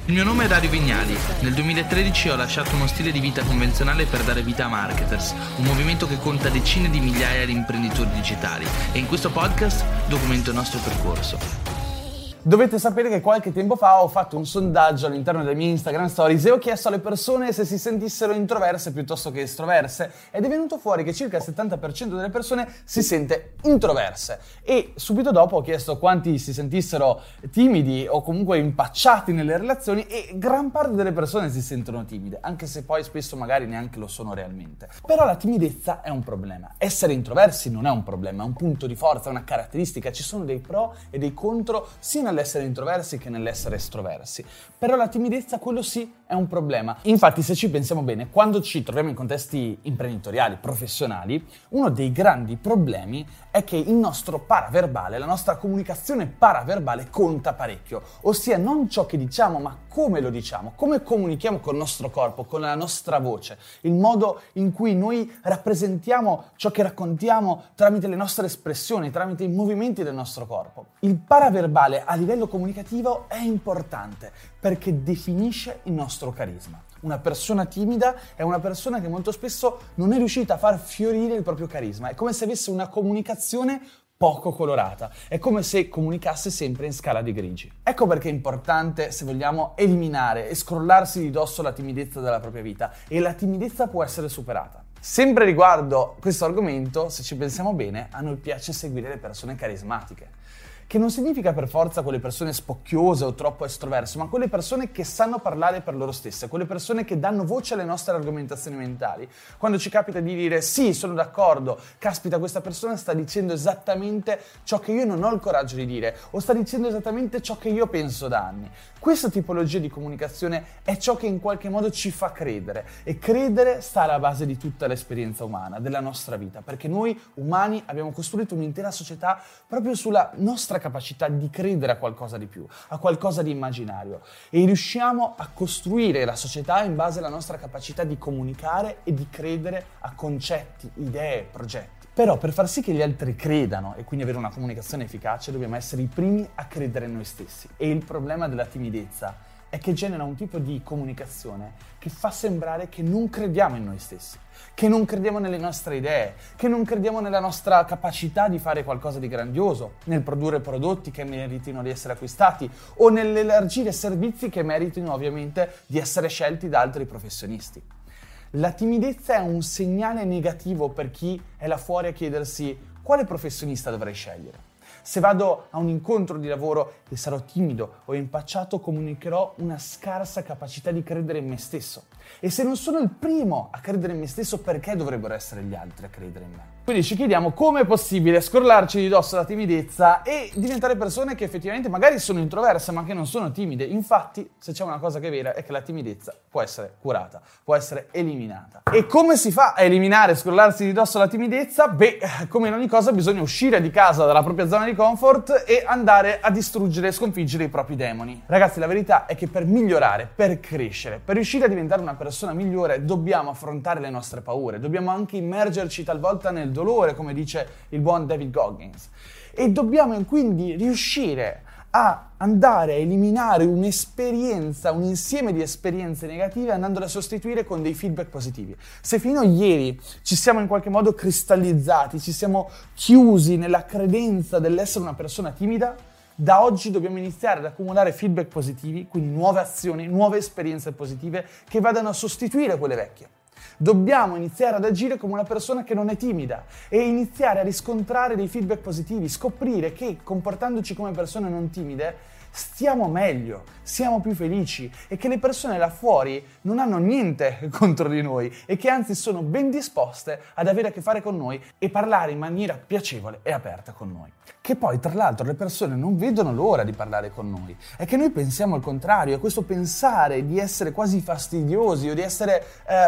Il mio nome è Dario Vignali. Nel 2013 ho lasciato uno stile di vita convenzionale per dare vita a Marketers, un movimento che conta decine di migliaia di imprenditori digitali, e in questo podcast documento il nostro percorso. Dovete sapere che qualche tempo fa ho fatto un sondaggio all'interno delle mie Instagram Stories e ho chiesto alle persone se si sentissero introverse piuttosto che estroverse, ed è venuto fuori che circa il 70% delle persone si sente introverse. E subito dopo ho chiesto quanti si sentissero timidi o comunque impacciati nelle relazioni, e gran parte delle persone si sentono timide, anche se poi spesso magari neanche lo sono realmente. Però la timidezza è un problema. Essere introversi non è un problema, è un punto di forza, è una caratteristica. Ci sono dei pro e dei contro sia nell'essere introversi che nell'essere estroversi. Però la timidezza, quello sì, è un problema. Infatti, se ci pensiamo bene, quando ci troviamo in contesti imprenditoriali, professionali, uno dei grandi problemi è che il nostro paraverbale, la nostra comunicazione paraverbale conta parecchio, ossia non ciò che diciamo, ma come lo diciamo, come comunichiamo col nostro corpo, con la nostra voce, il modo in cui noi rappresentiamo ciò che raccontiamo tramite le nostre espressioni, tramite i movimenti del nostro corpo. Il paraverbale a livello comunicativo è importante perché definisce il nostro carisma. Una persona timida è una persona che molto spesso non è riuscita a far fiorire il proprio carisma, è come se avesse una comunicazione poco colorata, è come se comunicasse sempre in scala di grigi. Ecco perché è importante, se vogliamo, eliminare e scrollarsi di dosso la timidezza dalla propria vita, e la timidezza può essere superata. Sempre riguardo questo argomento, se ci pensiamo bene, a noi piace seguire le persone carismatiche, che non significa per forza quelle persone spocchiose o troppo estroverse, ma quelle persone che sanno parlare per loro stesse, quelle persone che danno voce alle nostre argomentazioni mentali. Quando ci capita di dire sì, sono d'accordo, caspita, questa persona sta dicendo esattamente ciò che io non ho il coraggio di dire, o sta dicendo esattamente ciò che io penso da anni. Questa tipologia di comunicazione è ciò che in qualche modo ci fa credere, e credere sta alla base di tutta l'esperienza umana, della nostra vita, perché noi umani abbiamo costruito un'intera società proprio sulla nostra capacità di credere a qualcosa di più, a qualcosa di immaginario, e riusciamo a costruire la società in base alla nostra capacità di comunicare e di credere a concetti, idee, progetti. Però per far sì che gli altri credano e quindi avere una comunicazione efficace dobbiamo essere i primi a credere in noi stessi, e il problema della timidezza è che genera un tipo di comunicazione che fa sembrare che non crediamo in noi stessi, che non crediamo nelle nostre idee, che non crediamo nella nostra capacità di fare qualcosa di grandioso, nel produrre prodotti che meritino di essere acquistati o nell'elargire servizi che meritino ovviamente di essere scelti da altri professionisti. La timidezza è un segnale negativo per chi è là fuori a chiedersi quale professionista dovrei scegliere. Se vado a un incontro di lavoro e sarò timido o impacciato, comunicherò una scarsa capacità di credere in me stesso. E se non sono il primo a credere in me stesso, perché dovrebbero essere gli altri a credere in me? Quindi ci chiediamo come è possibile scrollarci di dosso la timidezza e diventare persone che effettivamente magari sono introverse ma che non sono timide. Infatti, se c'è una cosa che è vera, è che la timidezza può essere curata, può essere eliminata. E come si fa a eliminare e scrollarsi di dosso la timidezza? Beh, come in ogni cosa bisogna uscire di casa, dalla propria zona di comfort, e andare a distruggere e sconfiggere i propri demoni. Ragazzi, la verità è che per migliorare, per crescere, per riuscire a diventare una persona migliore, dobbiamo affrontare le nostre paure, dobbiamo anche immergerci talvolta nel dolore, come dice il buon David Goggins, e dobbiamo quindi riuscire a andare a eliminare un'esperienza, un insieme di esperienze negative, andandole a sostituire con dei feedback positivi. Se fino a ieri ci siamo in qualche modo cristallizzati, ci siamo chiusi nella credenza dell'essere una persona timida, da oggi dobbiamo iniziare ad accumulare feedback positivi, quindi nuove azioni, nuove esperienze positive che vadano a sostituire quelle vecchie. Dobbiamo iniziare ad agire come una persona che non è timida e iniziare a riscontrare dei feedback positivi, scoprire che comportandoci come persone non timide stiamo meglio, siamo più felici, e che le persone là fuori non hanno niente contro di noi e che anzi sono ben disposte ad avere a che fare con noi e parlare in maniera piacevole e aperta con noi. Che poi, tra l'altro, le persone non vedono l'ora di parlare con noi. È che noi pensiamo il contrario, e questo pensare di essere quasi fastidiosi o di essere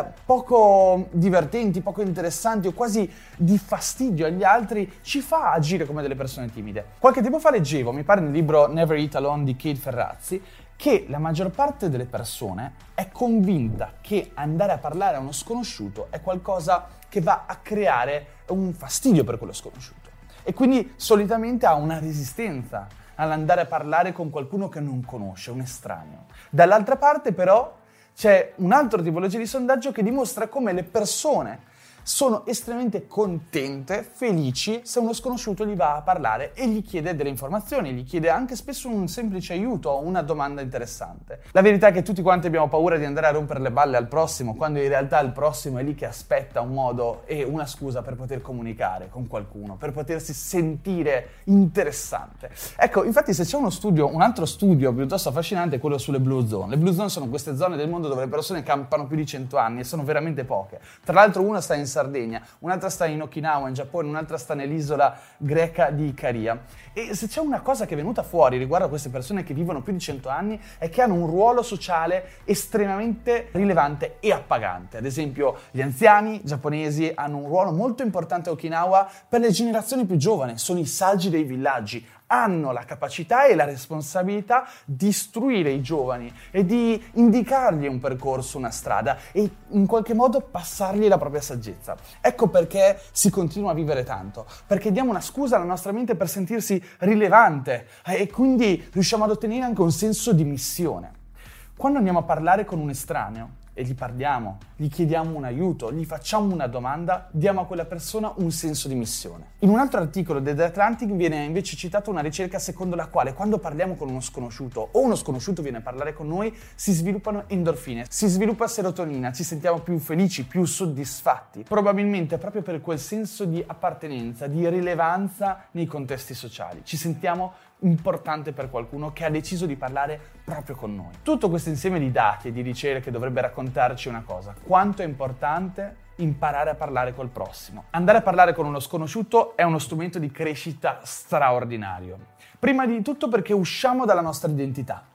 poco divertenti, poco interessanti o quasi di fastidio agli altri ci fa agire come delle persone timide. Qualche tempo fa leggevo, mi pare nel libro Never Eat Alone di Kate Ferrazzi, che la maggior parte delle persone è convinta che andare a parlare a uno sconosciuto è qualcosa che va a creare un fastidio per quello sconosciuto. E quindi solitamente ha una resistenza all'andare a parlare con qualcuno che non conosce, un estraneo. Dall'altra parte però c'è un altro tipologia di sondaggio che dimostra come le persone sono estremamente contente, felici se uno sconosciuto gli va a parlare e gli chiede delle informazioni, gli chiede anche spesso un semplice aiuto o una domanda interessante. La verità è che tutti quanti abbiamo paura di andare a rompere le balle al prossimo, quando in realtà il prossimo è lì che aspetta un modo e una scusa per poter comunicare con qualcuno, per potersi sentire interessante. Ecco, infatti se c'è un altro studio piuttosto affascinante è quello sulle Blue Zone. Le Blue Zone sono queste zone del mondo dove le persone campano più di 100 anni e sono veramente poche. Tra l'altro una sta in Sardegna, un'altra sta in Okinawa in Giappone, un'altra sta nell'isola greca di Icaria. E se c'è una cosa che è venuta fuori riguardo a queste persone che vivono più di 100 anni è che hanno un ruolo sociale estremamente rilevante e appagante. Ad esempio gli anziani giapponesi hanno un ruolo molto importante a Okinawa per le generazioni più giovani, sono i saggi dei villaggi. Hanno la capacità e la responsabilità di istruire i giovani e di indicargli un percorso, una strada e in qualche modo passargli la propria saggezza. Ecco perché si continua a vivere tanto, perché diamo una scusa alla nostra mente per sentirsi rilevante e quindi riusciamo ad ottenere anche un senso di missione. Quando andiamo a parlare con un estraneo e gli parliamo, gli chiediamo un aiuto, gli facciamo una domanda, diamo a quella persona un senso di missione. In un altro articolo di The Atlantic viene invece citata una ricerca secondo la quale quando parliamo con uno sconosciuto o uno sconosciuto viene a parlare con noi, si sviluppano endorfine, si sviluppa serotonina, ci sentiamo più felici, più soddisfatti, probabilmente proprio per quel senso di appartenenza, di rilevanza nei contesti sociali. Ci sentiamo importante per qualcuno che ha deciso di parlare proprio con noi. Tutto questo insieme di dati e di ricerche dovrebbe raccontarci una cosa: quanto è importante imparare a parlare col prossimo. Andare a parlare con uno sconosciuto è uno strumento di crescita straordinario. Prima di tutto perché usciamo dalla nostra identità.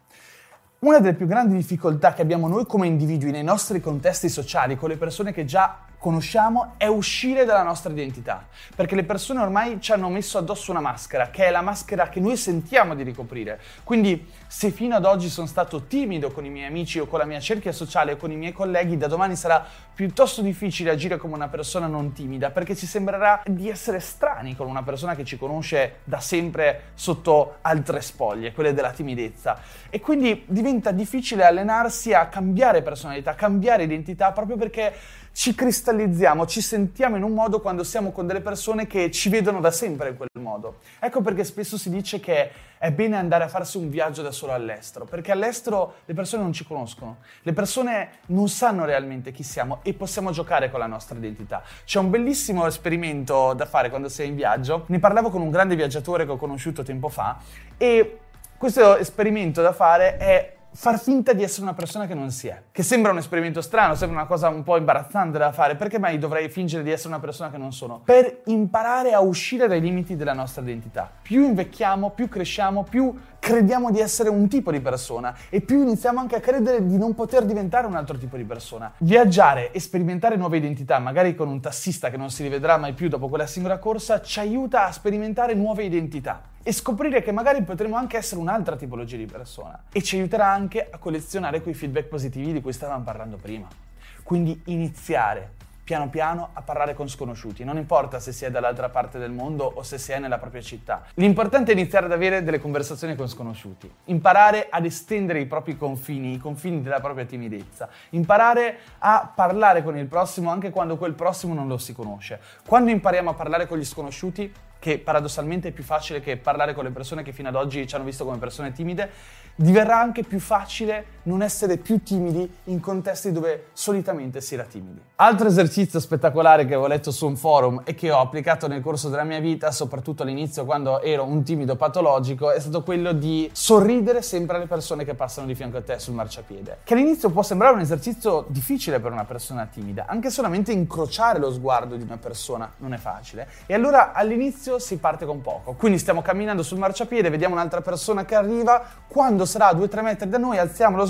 Una delle più grandi difficoltà che abbiamo noi come individui nei nostri contesti sociali, con le persone che già conosciamo, è uscire dalla nostra identità, perché le persone ormai ci hanno messo addosso una maschera, che è la maschera che noi sentiamo di ricoprire. Quindi se fino ad oggi sono stato timido con i miei amici o con la mia cerchia sociale o con i miei colleghi, da domani sarà piuttosto difficile agire come una persona non timida, perché ci sembrerà di essere strani con una persona che ci conosce da sempre sotto altre spoglie, quelle della timidezza. E quindi diventa difficile allenarsi a cambiare personalità, cambiare identità, proprio perché ci cristallizziamo, ci sentiamo in un modo quando siamo con delle persone che ci vedono da sempre in quel modo. Ecco perché spesso si dice che è bene andare a farsi un viaggio da solo all'estero, perché all'estero le persone non ci conoscono, le persone non sanno realmente chi siamo e possiamo giocare con la nostra identità. C'è un bellissimo esperimento da fare quando sei in viaggio, ne parlavo con un grande viaggiatore che ho conosciuto tempo fa e questo esperimento da fare è far finta di essere una persona che non si è, che sembra un esperimento strano, sembra una cosa un po' imbarazzante da fare. Perché mai dovrei fingere di essere una persona che non sono? Per imparare a uscire dai limiti della nostra identità. Più invecchiamo, più cresciamo, più crediamo di essere un tipo di persona e più iniziamo anche a credere di non poter diventare un altro tipo di persona. Viaggiare e sperimentare nuove identità, magari con un tassista che non si rivedrà mai più dopo quella singola corsa, ci aiuta a sperimentare nuove identità e scoprire che magari potremo anche essere un'altra tipologia di persona e ci aiuterà anche a collezionare quei feedback positivi di cui stavamo parlando prima. Quindi iniziare piano piano a parlare con sconosciuti, non importa se si è dall'altra parte del mondo o se si è nella propria città. L'importante è iniziare ad avere delle conversazioni con sconosciuti, imparare ad estendere i propri confini, i confini della propria timidezza, imparare a parlare con il prossimo anche quando quel prossimo non lo si conosce. Quando impariamo a parlare con gli sconosciuti, che paradossalmente è più facile che parlare con le persone che fino ad oggi ci hanno visto come persone timide, diverrà anche più facile non essere più timidi in contesti dove solitamente si era timidi. Altro esercizio spettacolare che avevo letto su un forum e che ho applicato nel corso della mia vita, soprattutto all'inizio quando ero un timido patologico, è stato quello di sorridere sempre alle persone che passano di fianco a te sul marciapiede. Che all'inizio può sembrare un esercizio difficile per una persona timida, anche solamente incrociare lo sguardo di una persona non è facile. E allora all'inizio si parte con poco. Quindi stiamo camminando sul marciapiede, vediamo un'altra persona che arriva, quando sarà a 2-3 metri da noi alziamo lo sguardo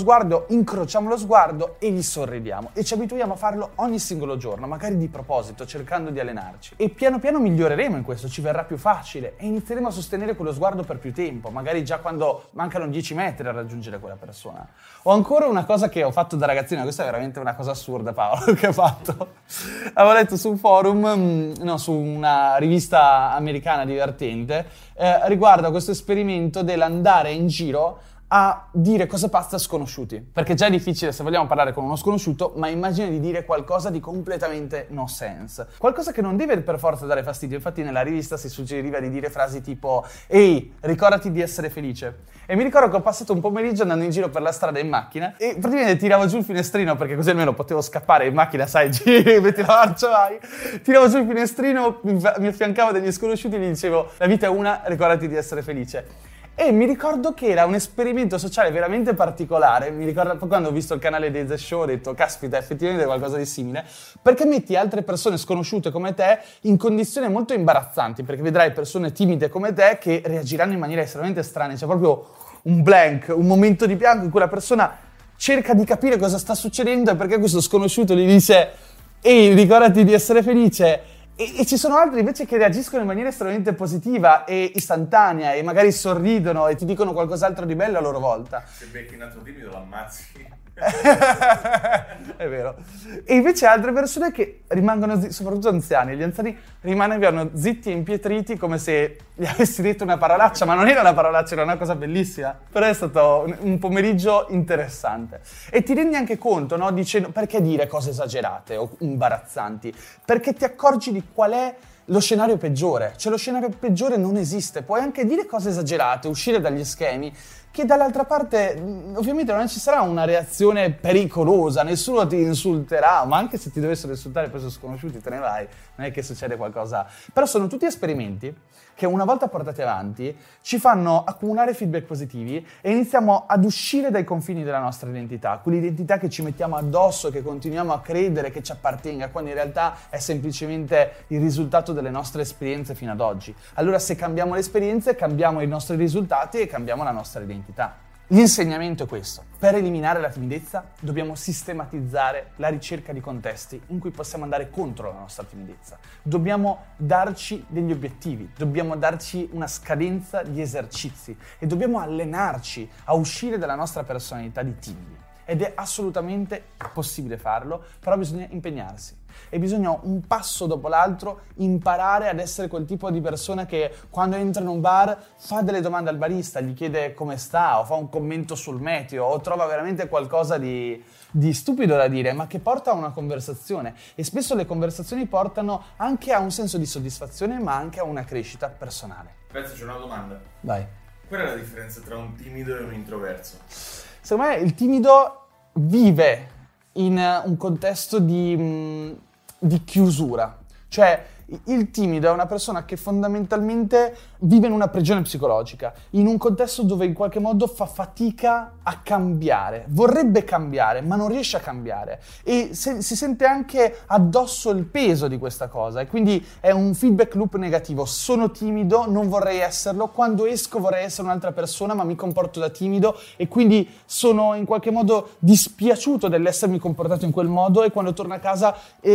sguardo, incrociamo lo sguardo e gli sorridiamo e ci abituiamo a farlo ogni singolo giorno, magari di proposito, cercando di allenarci. E piano piano miglioreremo in questo, ci verrà più facile e inizieremo a sostenere quello sguardo per più tempo, magari già quando mancano 10 metri a raggiungere quella persona. Ho ancora una cosa che ho fatto da ragazzino, questa è veramente una cosa assurda, Paolo, che ho fatto. Avevo letto su un forum, su una rivista americana divertente, riguardo a questo esperimento dell'andare in giro a dire cose pazze a sconosciuti. Perché già è difficile se vogliamo parlare con uno sconosciuto, ma immagina di dire qualcosa di completamente no sense. Qualcosa che non deve per forza dare fastidio. Infatti nella rivista si suggeriva di dire frasi tipo «Ehi, ricordati di essere felice». E mi ricordo che ho passato un pomeriggio andando in giro per la strada in macchina e praticamente tiravo giù il finestrino, perché così almeno potevo scappare in macchina, sai, giri, metti la marcia, vai. Tiravo giù il finestrino, mi affiancavo degli sconosciuti e gli dicevo «La vita è una, ricordati di essere felice». E mi ricordo che era un esperimento sociale veramente particolare. Mi ricordo quando ho visto il canale dei The Show, ho detto, caspita, effettivamente è qualcosa di simile, perché metti altre persone sconosciute come te in condizioni molto imbarazzanti, perché vedrai persone timide come te che reagiranno in maniera estremamente strana. C'è proprio un blank, un momento di bianco in cui la persona cerca di capire cosa sta succedendo e perché questo sconosciuto gli dice «Ehi, ricordati di essere felice». E ci sono altri invece che reagiscono in maniera estremamente positiva e istantanea e magari sorridono e ti dicono qualcos'altro di bello a loro volta. Se becchi un altro timido l'ammazzi. È vero. E invece altre persone che rimangono zitti, soprattutto anziani, gli anziani rimangono zitti e impietriti come se gli avessi detto una parolaccia, ma non era una parolaccia, era una cosa bellissima. Però è stato un pomeriggio interessante. E ti rendi anche conto, no? Dicendo, perché dire cose esagerate o imbarazzanti? Perché ti accorgi di qual è lo scenario peggiore. Cioè lo scenario peggiore non esiste. Puoi anche dire cose esagerate, uscire dagli schemi, che dall'altra parte ovviamente non ci sarà una reazione pericolosa, nessuno ti insulterà, ma anche se ti dovessero insultare poi sono sconosciuti, te ne vai, non è che succede qualcosa. Però sono tutti esperimenti che una volta portati avanti ci fanno accumulare feedback positivi e iniziamo ad uscire dai confini della nostra identità, quell'identità che ci mettiamo addosso, che continuiamo a credere che ci appartenga, quando in realtà è semplicemente il risultato delle nostre esperienze fino ad oggi. Allora se cambiamo le esperienze, cambiamo i nostri risultati e cambiamo la nostra identità. L'insegnamento è questo. Per eliminare la timidezza dobbiamo sistematizzare la ricerca di contesti in cui possiamo andare contro la nostra timidezza. Dobbiamo darci degli obiettivi, dobbiamo darci una scadenza di esercizi e dobbiamo allenarci a uscire dalla nostra personalità di timidi. Ed è assolutamente possibile farlo, però bisogna impegnarsi. E bisogna un passo dopo l'altro imparare ad essere quel tipo di persona che quando entra in un bar fa delle domande al barista, gli chiede come sta o fa un commento sul meteo o trova veramente qualcosa di stupido da dire, ma che porta a una conversazione. E spesso le conversazioni portano anche a un senso di soddisfazione, ma anche a una crescita personale. Penso c'è una domanda. Vai. Qual è la differenza tra un timido e un introverso? Secondo me il timido vive in un contesto di chiusura, cioè il timido è una persona che fondamentalmente vive in una prigione psicologica, in un contesto dove in qualche modo fa fatica a cambiare, vorrebbe cambiare ma non riesce a cambiare e si sente anche addosso il peso di questa cosa e quindi è un feedback loop negativo. Sono timido, non vorrei esserlo, quando esco vorrei essere un'altra persona ma mi comporto da timido e quindi sono in qualche modo dispiaciuto dell'essermi comportato in quel modo e quando torno a casa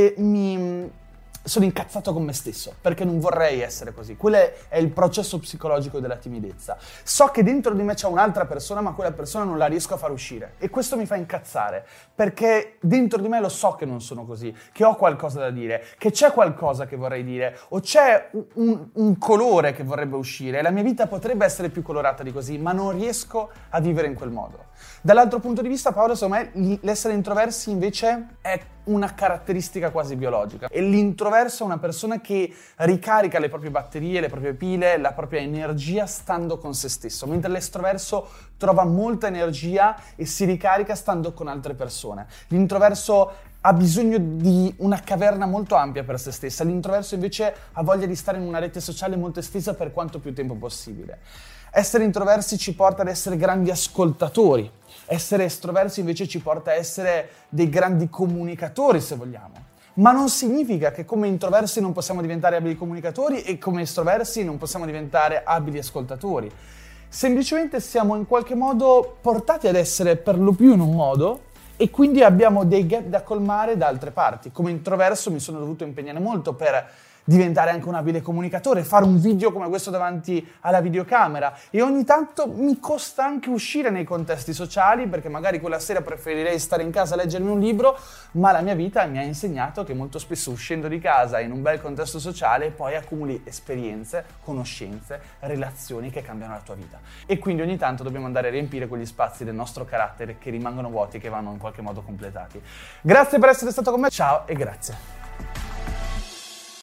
sono incazzato con me stesso perché non vorrei essere così. Quello è il processo psicologico della timidezza. So che dentro di me c'è un'altra persona, ma quella persona non la riesco a far uscire e questo mi fa incazzare perché dentro di me lo so che non sono così, che ho qualcosa da dire, che c'è qualcosa che vorrei dire o c'è un colore che vorrebbe uscire e la mia vita potrebbe essere più colorata di così, ma non riesco a vivere in quel modo. Dall'altro punto di vista, Paolo, secondo me l'essere introversi invece è una caratteristica quasi biologica. E l'introverso è una persona che ricarica le proprie batterie, le proprie pile, la propria energia stando con se stesso, mentre l'estroverso trova molta energia e si ricarica stando con altre persone. L'introverso ha bisogno di una caverna molto ampia per se stessa, l'introverso invece ha voglia di stare in una rete sociale molto estesa per quanto più tempo possibile. Essere introversi ci porta ad essere grandi ascoltatori, essere estroversi invece ci porta a essere dei grandi comunicatori, se vogliamo. Ma non significa che come introversi non possiamo diventare abili comunicatori e come estroversi non possiamo diventare abili ascoltatori. semplicemente siamo in qualche modo portati ad essere per lo più in un modo e quindi abbiamo dei gap da colmare da altre parti. Come introverso mi sono dovuto impegnare molto per diventare anche un abile comunicatore, fare un video come questo davanti alla videocamera, e ogni tanto mi costa anche uscire nei contesti sociali, perché magari quella sera preferirei stare in casa a leggermi un libro, ma la mia vita mi ha insegnato che molto spesso uscendo di casa in un bel contesto sociale poi accumuli esperienze, conoscenze, relazioni che cambiano la tua vita. E quindi ogni tanto dobbiamo andare a riempire quegli spazi del nostro carattere che rimangono vuoti e che vanno in qualche modo completati. Grazie per essere stato con me, ciao e grazie.